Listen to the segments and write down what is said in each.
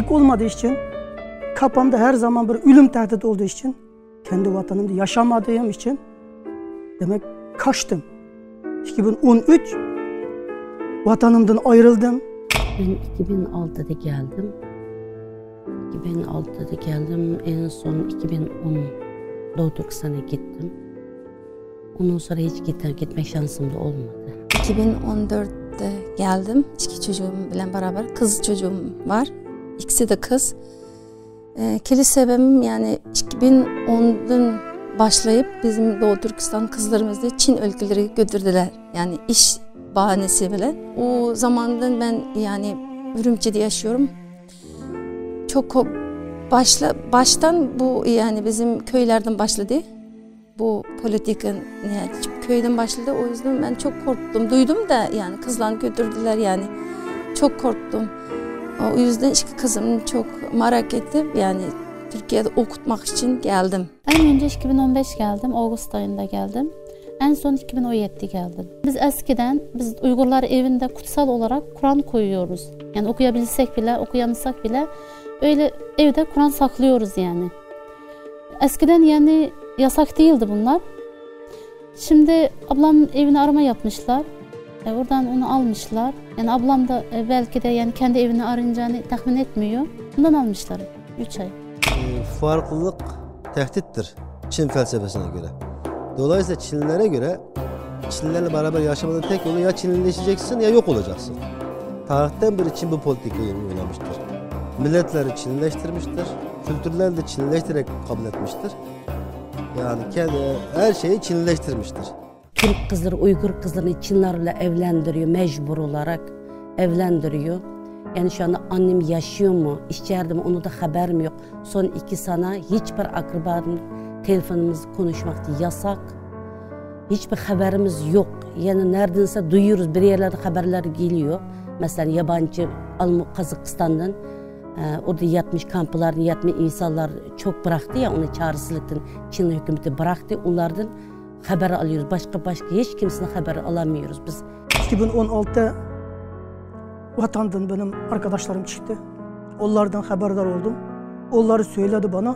Kimlik olmadığı için, kafamda her zaman bir ölüm tehdit olduğu için, kendi vatanımda yaşamadığım için demek kaçtım. 2013 vatanımdan ayrıldım. Ben 2006'da geldim. 2006'da geldim. En son 2010 Doğu Türkistan'a gittim. Ondan sonra hiç gitme şansım da olmadı. 2014'te geldim. 2 çocuğumla beraber. Kız çocuğum var. İkisi de kız. Geliş sebebim yani 2010'dan başlayıp bizim Doğu Türkistan kızlarımızı Çin ülkeleri götürdüler. Yani iş bahanesi bile. O zamandan ben yani Ürümçi'de yaşıyorum. Çok baştan bu yani bizim köylerden başladı. Bu politikanın yani köyden başladı. O yüzden ben çok korktum. Duydum da yani kızlarını götürdüler yani. Çok korktum. O yüzden işte kızım çok merak ettim. Yani Türkiye'de okutmak için geldim. En önce 2015 geldim. Ağustos ayında geldim. En son 2017'de geldim. Biz eskiden Uygurlar evinde kutsal olarak Kur'an koyuyoruz. Yani okuyabilsek bile, okuyamasak bile öyle evde Kur'an saklıyoruz yani. Eskiden yani yasak değildi bunlar. Şimdi ablamın evine arama yapmışlar. Oradan onu almışlar. Yani ablam da belki de yani kendi evini arayacağını tahmin etmiyor. Bundan almışlar 3 ay. Farklılık tehdittir Çin felsefesine göre. Dolayısıyla Çinlilere göre Çinlilerle beraber yaşamanın tek yolu ya Çinlileşeceksin ya yok olacaksın. Tarihten beri Çin bu politikayı uygulamıştır. Milletleri Çinlileştirmiştir. Kültürleri de Çinlileştirerek kabul etmiştir. Yani kendi her şeyi Çinlileştirmiştir. Türk kızları, Uygur kızlarını Çinlerle evlendiriyor, mecbur olarak evlendiriyor. Yani şu anda annem yaşıyor mu, içeride mi onu da haberim yok. Son 2 sene hiçbir akrabanın telefonumuz konuşmakta yasak. Hiçbir haberimiz yok. Yani neredeyse duyuyoruz, bir yerlerde haberler geliyor. Mesela yabancı Kazakistan'dan orada yatmış kamplarını yatmış insanlar çok bıraktı ya onu çaresizlikten Çin hükümeti bıraktı. Onlardan haber alıyoruz. Başka hiç kimsenin haberi alamıyoruz biz. 2016'da vatandan benim arkadaşlarım çıktı. Onlardan haberdar oldum. Onları söyledi bana.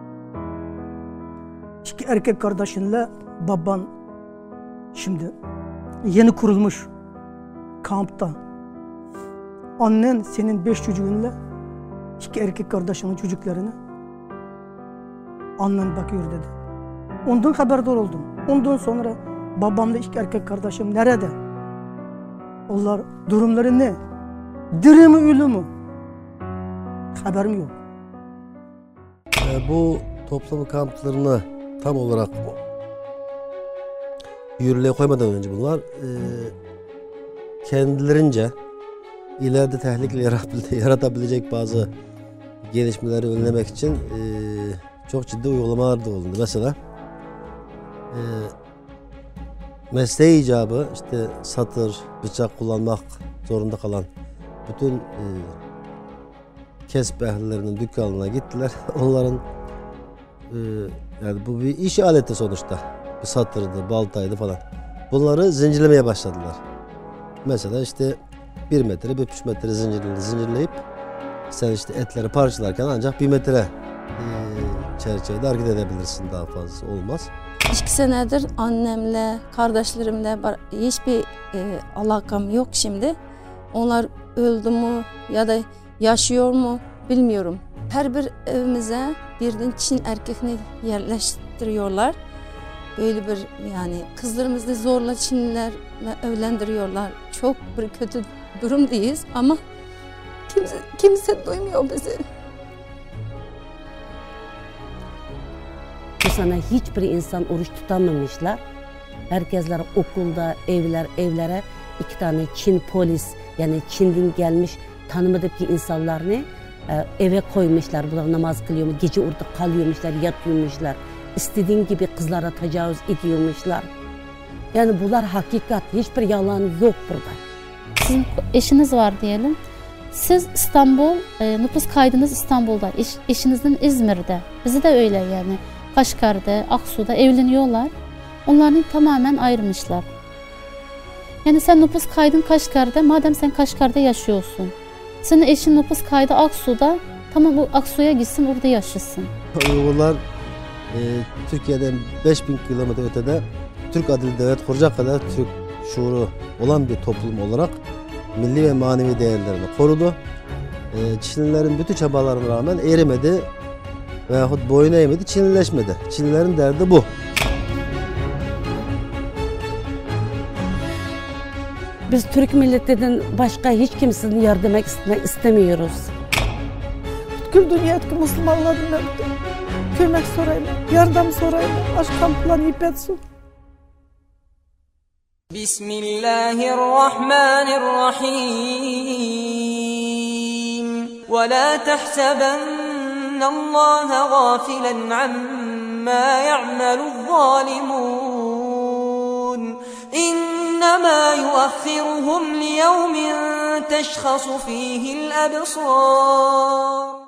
2 erkek kardeşinle baban şimdi yeni kurulmuş kampta. Annen senin 5 çocuğunla 2 erkek kardeşinin çocuklarını annen bakıyor dedi. Ondan haberdar oldum. Ondan sonra babamla 2 erkek kardeşim nerede? Onlar durumları ne? Diri mi ölü mü? Haberim yok. Bu toplama kamplarını tam olarak yürürlüğe koymadan önce bunlar kendilerince ileride tehlike yaratabilecek bazı gelişmeleri önlemek için çok ciddi uygulamalar da oldu. Mesela mesleği icabı işte satır, bıçak kullanmak zorunda kalan bütün kesp ehlilerinin dükkanına gittiler. Onların yani bu bir iş aleti sonuçta. Bir satırdı, baltaydı falan. Bunları zincirlemeye başladılar. Mesela işte 1 metre, 1,5 metre zincirleyip sen işte etleri parçalarken ancak 1 metre çerçevede hareket edebilirsin, daha fazla olmaz. 2 senedir annemle, kardeşlerimle hiçbir alakam yok şimdi. Onlar öldü mü ya da yaşıyor mu bilmiyorum. Her bir evimize birden Çin erkekini yerleştiriyorlar. Böyle bir yani kızlarımızı zorla Çinlilerle evlendiriyorlar. Çok bir kötü durumdayız ama kimse duymuyor bizi. Bu sene hiçbir insan oruç tutamamışlar. Herkesler okulda, evlere 2 tane Çin polis yani Çin'den gelmiş tanımadık ki insanlarını eve koymuşlar. Bunlar namaz kılıyor mu? Gece orada kalıyormuşlar, yatıyormuşlar. İstediğin gibi kızlara tecavüz ediyormuşlar. Yani bunlar hakikat, hiçbir yalan yok burada. Sizin eşiniz var diyelim. Siz İstanbul, nüfus kaydınız İstanbul'da, eşinizin İzmir'de. Bizi de öyle yani. Kaşgar'da, Aksu'da evleniyorlar. Onları tamamen ayırmışlar. Yani sen nüfus kaydın Kaşgar'da, madem sen Kaşgar'da yaşıyorsun. Senin eşin nüfus kaydı Aksu'da, Tamam o Aksu'ya gitsin orada yaşasın. Uygurlar Türkiye'den 5000 kilometre ötede Türk adlı devlet kuracak kadar Türk şuuru olan bir toplum olarak milli ve manevi değerlerini korudu. Çinlilerin bütün çabalarına rağmen erimedi veyahut boyun eğmedi, Çinlileşmedi. Çinlilerin derdi bu. Biz Türk milletinden başka hiç kimsenin yardım etmek istemiyoruz. Tüm dünyadaki Müslümanlardan kömek sorayım, yardım sorayım, aşkım plan ipetsin. Bismillahirrahmanirrahim. Ve la tahsebennallaha gafilen amma ya'melu'z-zalimun. İnnemâ yuakhiruhum liyevmin teşhasu fîhi'l-ebsâr.